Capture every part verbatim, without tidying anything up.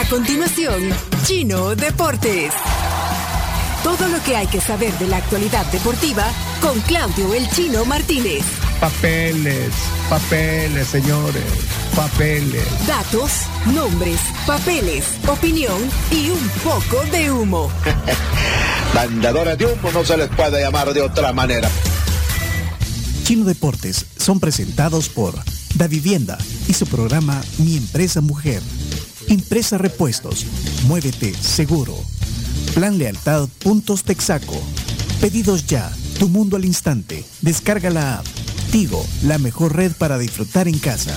A continuación, Chino Deportes. Todo lo que hay que saber de la actualidad deportiva con Claudio El Chino Martínez. Papeles, papeles, señores, papeles. Datos, nombres, papeles, opinión y un poco de humo. Mandadores de humo no se les puede llamar de otra manera. Chino Deportes son presentados por Da Vivienda y su programa Mi Empresa Mujer. Impresa Repuestos, Muévete Seguro. Plan Lealtad Puntos Texaco. Pedidos ya, tu mundo al instante. Descarga la app. Tigo, la mejor red para disfrutar en casa.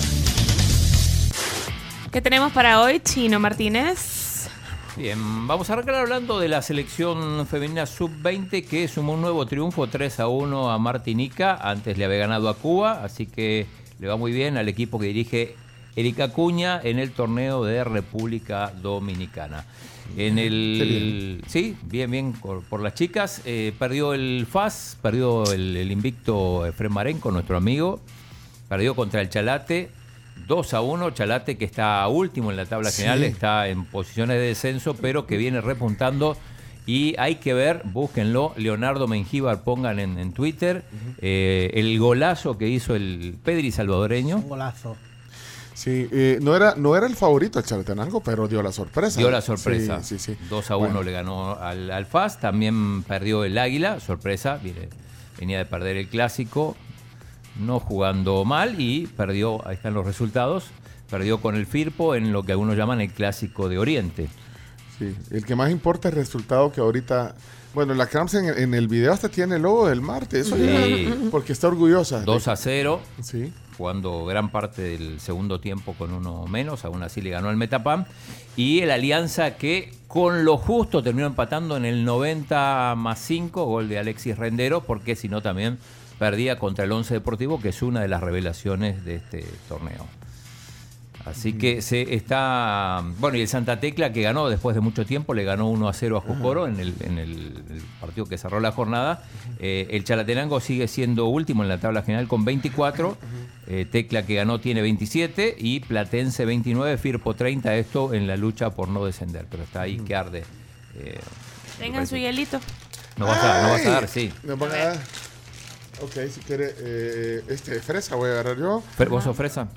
¿Qué tenemos para hoy, Chino Martínez? Bien, vamos a arrancar hablando de la selección femenina sub veinte que sumó un nuevo triunfo tres a uno a Martinica. Antes le había ganado a Cuba, así que le va muy bien al equipo que dirige Erika Acuña en el torneo de República Dominicana. En el bien. Sí, bien, bien por, por las chicas. Eh, perdió el F A S, perdió el, el invicto Efrén Marenco, nuestro amigo. Perdió contra el Chalate, dos a uno. Chalate, que está último en la tabla sí. general, está en posiciones de descenso, pero que viene repuntando. Y hay que ver, búsquenlo, Leonardo Mengíbar, pongan en, en Twitter, uh-huh. eh, el golazo que hizo el Pedri salvadoreño. Un golazo. Sí, eh, no era no era el favorito el Chalatenango, pero dio la sorpresa. Dio la sorpresa. Sí, sí, sí. dos a uno bueno. le ganó al, al F A S. También perdió el Águila, sorpresa. Viene, venía de perder el Clásico, no jugando mal y perdió, ahí están los resultados, perdió con el Firpo en lo que algunos llaman el Clásico de Oriente. Sí, el que más importa es el resultado que ahorita... Bueno, la Crams en, en el video hasta tiene el logo del martes, eso sí. ya, porque está orgullosa. dos a cero. Sí. Jugando gran parte del segundo tiempo con uno menos, aún así le ganó al Metapam. Y el Alianza que con lo justo terminó empatando en el noventa más cinco, gol de Alexis Rendero, porque si no también perdía contra el Once Deportivo, que es una de las revelaciones de este torneo. Así uh-huh. que se está... Bueno, y el Santa Tecla que ganó después de mucho tiempo, le ganó uno a cero a Jocoro uh-huh. en, el, en el, el partido que cerró la jornada. Uh-huh. Eh, el Chalatenango sigue siendo último en la tabla general con veinticuatro. Uh-huh. Eh, Tecla que ganó tiene veintisiete y Platense veintinueve, Firpo treinta. Esto en la lucha por no descender, pero está ahí uh-huh. que arde. Eh, Tengan su hielito. No vas a, no vas a dar, sí. No van a dar. Ok, si quiere, eh, este, fresa voy a agarrar yo. ¿Vos sos fresa?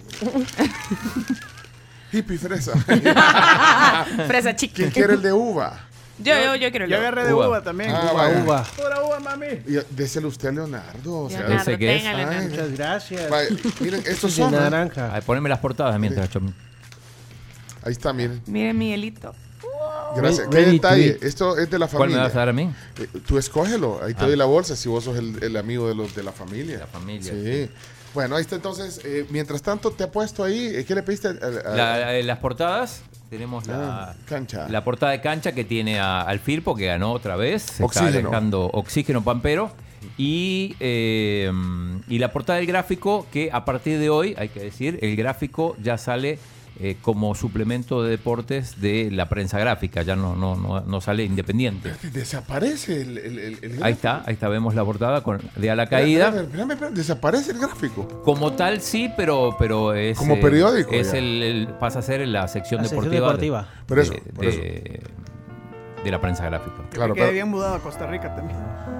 Hippie fresa. Fresa chica. ¿Quién quiere el de uva? Yo, yo, yo quiero el de uva. Yo agarré de uva, uva también. Ah, uva, vaya. uva. Pura uva, mami. Y déselo usted a Leonardo. O sea, Leonardo, ese que es. Leonardo. Muchas gracias. Vaya, miren, estos Sí, son. naranja. Ay, poneme las portadas mientras, Chom. Ahí está, miren. Miren mi hielito. Gracias. Ready ¿Qué detalle? to Esto es de la ¿Cuál familia. me vas a dar a mí? Eh, tú escógelo. Ahí te Ah. doy la bolsa si vos sos el, el amigo de los de la familia. La familia. Sí. sí. Bueno, ahí está entonces. Eh, mientras tanto, te ha puesto ahí. eh, ¿Qué le pediste? A, a- La- eh, las portadas, tenemos la, Ah, cancha. la portada de cancha que tiene a- al Firpo, que ganó otra vez. Se Oxígeno. está alejando Oxígeno Pampero. Y, eh, y la portada del gráfico, que a partir de hoy, hay que decir, el gráfico ya sale eh, como suplemento de deportes de la prensa gráfica. Ya no, no, no, no sale independiente. Desaparece el, el, el, el Ahí está, ahí está, vemos la portada con, de A la Caída. Espérame, espérame, espérame, desaparece el gráfico. Como tal, sí, pero, pero es... Como eh, periódico, Es ya. el, el- pasa a ser en la sección La sección deportiva. deportiva. de- Por eso, de, por de- de la prensa gráfica. Claro, Que quede pero, bien mudado a Costa Rica también.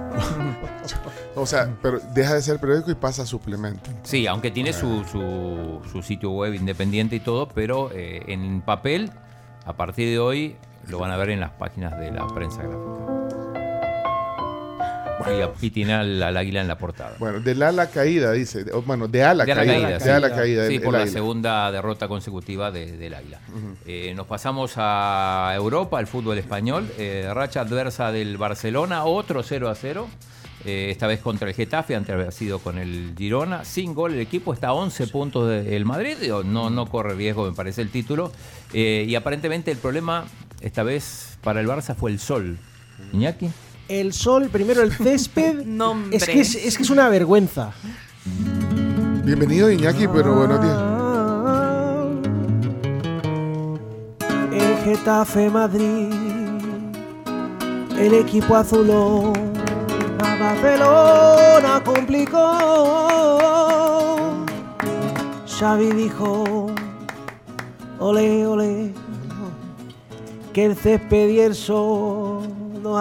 o sea, pero deja de ser periódico y pasa a suplemento. Sí, aunque tiene su, su, su sitio web independiente y todo, pero eh, en papel, a partir de hoy, lo van a ver en las páginas de la prensa gráfica. Y, a- y tiene al, al águila en la portada. Bueno, de la a la caída, dice. O, Bueno, de a la De a la caída. caída, De a la sí. caída. Sí, el- por el la águila. segunda derrota consecutiva de- del Águila. Eh, nos pasamos a Europa, al fútbol español. Eh, racha adversa del Barcelona, otro cero a cero. Eh, esta vez contra el Getafe, antes había sido con el Girona. Sin gol, el equipo está a once puntos del Madrid. Digo, No, no corre riesgo, me parece, el título. Eh, y aparentemente el problema, esta vez, para el Barça fue el sol. Iñaki. El sol, primero el césped. Nombre. Es que es, es que es una vergüenza. Bienvenido, Iñaki, pero buenos días. El Getafe Madrid, el equipo azulón, a Barcelona complicó. Xavi dijo, ole, ole, que el césped y el sol nos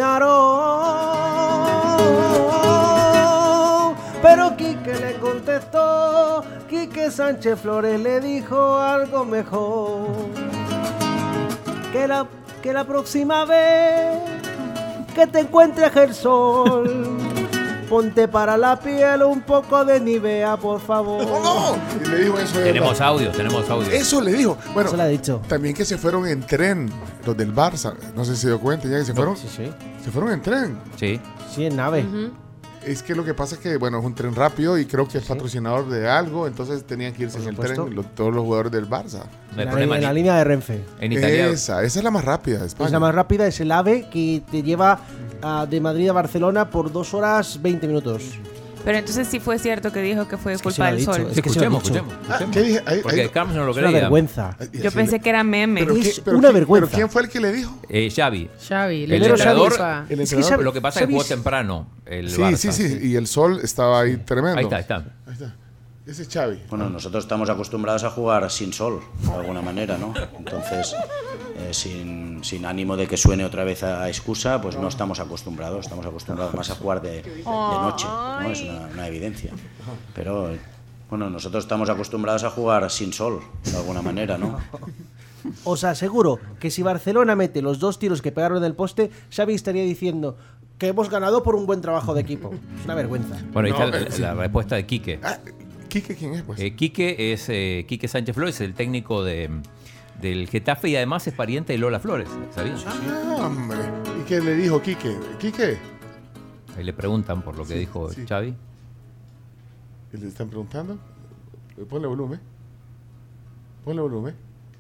arruinaron. Pero Quique le contestó, Quique Sánchez Flores le dijo algo mejor. Que la, que la próxima vez que te encuentres el sol, ponte para la piel un poco de Nivea, por favor. ¡Oh, no! Y le dijo eso. de Tenemos verdad. audio, tenemos audio. Eso le dijo. Bueno, Eso le ha dicho. también que se fueron en tren, los del Barça. No sé si se dio cuenta ya que se fueron. Sí, sí. Se fueron en tren. Sí. Sí, en nave. Es que lo que pasa es que, bueno, es un tren rápido y creo que es patrocinador de algo, entonces tenían que irse Por en el supuesto. tren los- todos los jugadores del Barça. No hay En la, problema. en la ni- línea de Renfe. En Italia. Esa, esa es la más rápida de España. Es la más rápida, es el AVE que te lleva ah, de Madrid a Barcelona por dos horas veinte minutos. Pero entonces sí fue cierto que dijo que fue Es que culpa se lo ha del dicho, sol. es que se lo ha Escuchemos, dicho. escuchemos. Ah, escuchemos. ¿qué dije? Ahí- Porque ahí- Carlos no lo Es una creía. vergüenza. Ay, Yo así pensé le- que era meme. ¿Pero Es qué- pero una quién- vergüenza. ¿Pero quién fue el que le dijo? Eh, Xavi. Xavi, El le Primero entrenador- culpa. El Es que entrenador. Xavi- Lo que pasa es que Xavi- jugó temprano el Sí, Barça. sí, sí. Y el sol estaba ahí tremendo. Ahí está, ahí está. Ahí está. Ese es Xavi. Bueno, nosotros estamos acostumbrados a jugar sin sol, de alguna manera, ¿no? Entonces, eh, sin, sin ánimo de que suene otra vez a excusa, pues no estamos acostumbrados, estamos acostumbrados más a jugar de, de noche, ¿no? Es una, una evidencia. Pero, eh, bueno, nosotros estamos acostumbrados a jugar sin sol, de alguna manera, ¿no? Os aseguro que si Barcelona mete los dos tiros que pegaron en el poste, Xavi estaría diciendo que hemos ganado por un buen trabajo de equipo. Es una vergüenza. Bueno, ahí No, está eh, la, sí. la respuesta de Quique. Ah, ¿Quique quién es, pues? Eh, Quique es eh, Quique Sánchez Flores, el técnico de, del Getafe y además es pariente de Lola Flores, ¿sabías? Ah, hombre. ¿Y qué le dijo Quique? ¿Quique? Ahí le preguntan por lo que dijo sí. Xavi. ¿Y le están preguntando? Ponle volumen. Ponle volumen.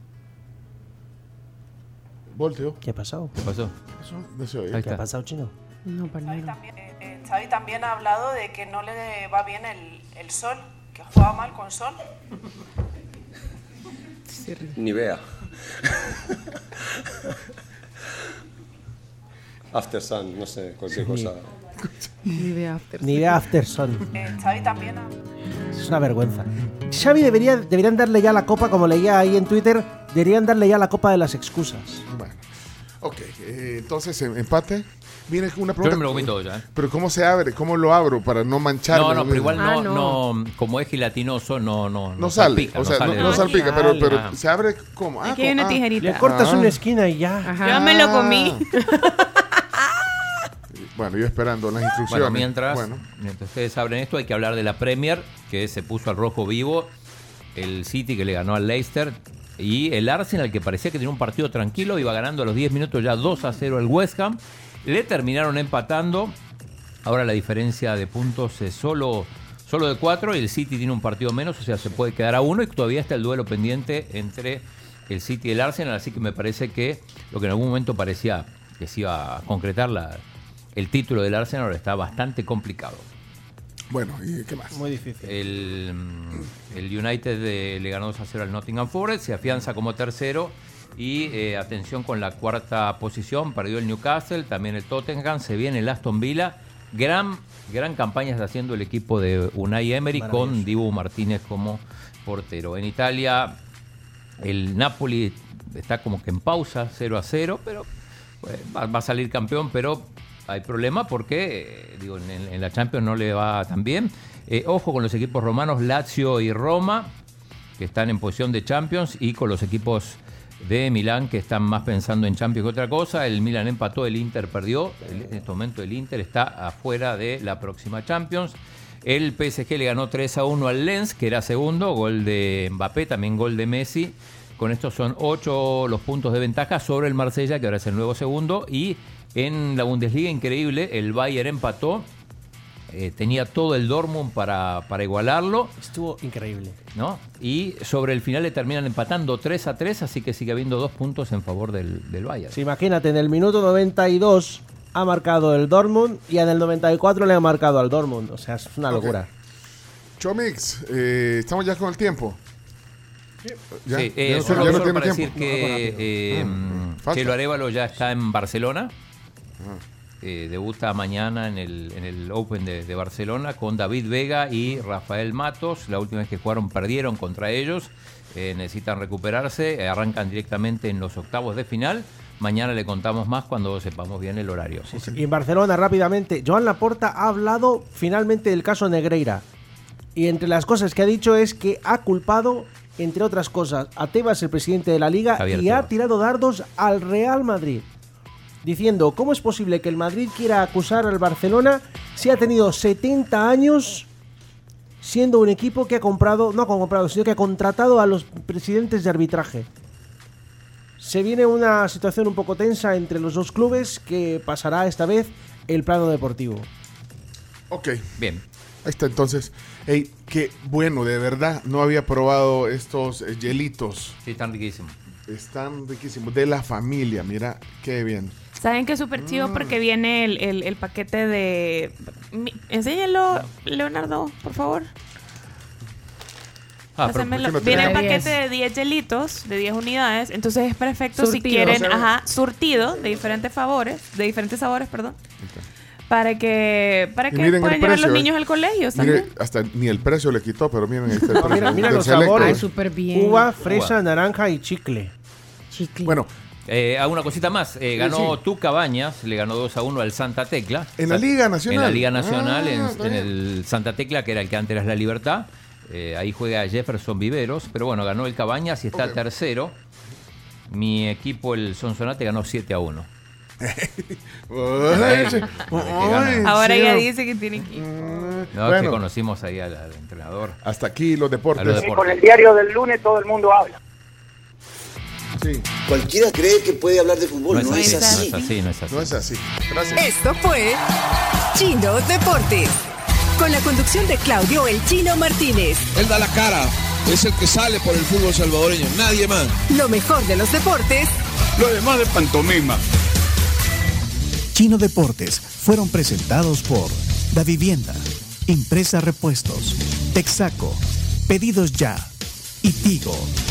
Volteo. ¿Qué ha pasado? ¿Qué pasó? Eso no se oye. Ahí ¿Qué está. ha pasado, Chino? No, para nada. También, eh, eh, Xavi también ha hablado de que no le va bien el, el sol, que juega mal con sol. Ni vea. After Sun, no sé, cualquier cosa. Ni de after. Ni de Afterson. Eh, Xavi también ha... Es una vergüenza. Xavi debería, deberían darle ya la copa, como leía ahí en Twitter, deberían darle ya la copa de las excusas. Bueno. Ok, eh, entonces em- empate. Viene una Yo pregunta. no me lo comí todo ya. ¿eh? Pero ¿cómo se abre? ¿Cómo lo abro para no mancharme? No, no, pero igual Ah, no, no. no, como es gelatinoso, no, no, No sale, salpica, o sea, no, sale no de- salpica, pero, Sale. pero Ah. se abre como. Aquí hay una tijerita. Le cortas Ah. una esquina y ya. Ajá. Yo me lo comí. Bueno, yo esperando las instrucciones. Bueno, mientras, Bueno, mientras ustedes abren esto, hay que hablar de la Premier, que se puso al rojo vivo, el City que le ganó al Leicester, y el Arsenal, que parecía que tenía un partido tranquilo, iba ganando a los diez minutos ya dos a cero el West Ham, le terminaron empatando, ahora la diferencia de puntos es solo, solo de cuatro, y el City tiene un partido menos, o sea, se puede quedar a uno, y todavía está el duelo pendiente entre el City y el Arsenal, así que me parece que lo que en algún momento parecía que se iba a concretar la... El título del Arsenal ahora está bastante complicado. bueno, ¿y qué más? Muy difícil. El, mm, el United de- le ganó dos a cero al Nottingham Forest, se afianza como tercero y eh, atención con la cuarta posición, perdió el Newcastle, también el Tottenham, se viene el Aston Villa. Gran, gran campaña está haciendo el equipo de Unai Emery con Dibu Martínez como portero. En Italia el Napoli está como que en pausa, cero a cero, pero pues, va, va a salir campeón, pero hay problema porque eh, digo, en, en la Champions no le va tan bien. Eh, ojo con los equipos romanos, Lazio y Roma, que están en posición de Champions, y con los equipos de Milán, que están más pensando en Champions que otra cosa. El Milán empató, el Inter perdió. El- en este momento el Inter está afuera de la próxima Champions. El P S G le ganó tres a uno al Lens, que era segundo, gol de Mbappé, también gol de Messi. Con esto son ocho los puntos de ventaja sobre el Marsella, que ahora es el nuevo segundo. Y en la Bundesliga, increíble, el Bayern empató. Eh, tenía todo el Dortmund para, para igualarlo, Estuvo increíble. ¿no? Y sobre el final le terminan empatando tres a tres, así que sigue habiendo dos puntos en favor del, del Bayern. Sí, imagínate, en el minuto noventa y dos ha marcado el Dortmund y en el noventa y cuatro le ha marcado al Dortmund. O sea, es una Ok. locura. Chomix, eh, estamos ya con el tiempo. ¿Ya? Sí, eh, ¿Ya no- solo, ya no solo tiene para tiempo? decir que eh, Ah, falta. Chelo Arévalo ya está en Barcelona. Eh, debuta mañana en el, en el Open de, de Barcelona con David Vega y Rafael Matos. La última vez que jugaron perdieron contra ellos. Eh, necesitan recuperarse. Eh, arrancan directamente en los octavos de final. Mañana le contamos más cuando sepamos bien el horario. Sí, sí. Y en Barcelona, rápidamente, Joan Laporta ha hablado finalmente del caso Negreira. Y entre las cosas que ha dicho es que ha culpado, entre otras cosas, a Tebas, el presidente de la Liga, Javier y Tebas. Ha tirado dardos al Real Madrid, diciendo, ¿cómo es posible que el Madrid quiera acusar al Barcelona si ha tenido setenta años siendo un equipo que ha comprado, no ha comprado, sino que ha contratado a los presidentes de arbitraje? Se viene una situación un poco tensa entre los dos clubes que pasará esta vez el plano deportivo. Ok. Bien. Ahí está, entonces. Hey, qué bueno, de verdad. No había probado estos eh, hielitos. Sí, están riquísimos. Están riquísimos. De la familia, mira, qué bien. ¿Saben qué es súper chido? Mm. Porque viene el, el, el paquete de... Mi... Enséñalo, Leonardo, por favor. Ah, pero no viene el paquete de diez gelitos, de diez unidades. Entonces es perfecto surtido. Si quieren, ajá, surtido de diferentes sabores, de diferentes sabores, perdón. Okay. Para que para que puedan llevar precio, los niños eh. al colegio. Mire, hasta ni el precio le quitó, pero miren ahí está el no, mira, mira los sabores. Súper bien. Uva, fresa, Uva. naranja y chicle. Chicle. Bueno. Eh, hago una cosita más. Eh, ganó sí. Tu Cabañas, le ganó dos a uno al Santa Tecla. ¿En la Liga Nacional? En la Liga Nacional, ah, en, en el Santa Tecla, que era el que antes era La Libertad. Eh, ahí juega Jefferson Viveros, pero bueno, ganó el Cabañas y está okay. tercero. Mi equipo, el Sonsonate, ganó siete a uno. Ahora ya dice que tiene equipo. No, bueno. Es que conocimos ahí al, al entrenador. Hasta aquí los deportes. Los deportes. Y con el diario del lunes todo el mundo habla. Sí. Cualquiera cree que puede hablar de fútbol, no, no, es, es así. no es así. No es así, no es así. Gracias. Esto fue Chino Deportes, con la conducción de Claudio El Chino Martínez. Él da la cara, es el que sale por el fútbol salvadoreño, nadie más. Lo mejor de los deportes. Lo demás de pantomima. Chino Deportes fueron presentados por Da Vivienda, Impresa Repuestos, Texaco, Pedidos Ya y Tigo.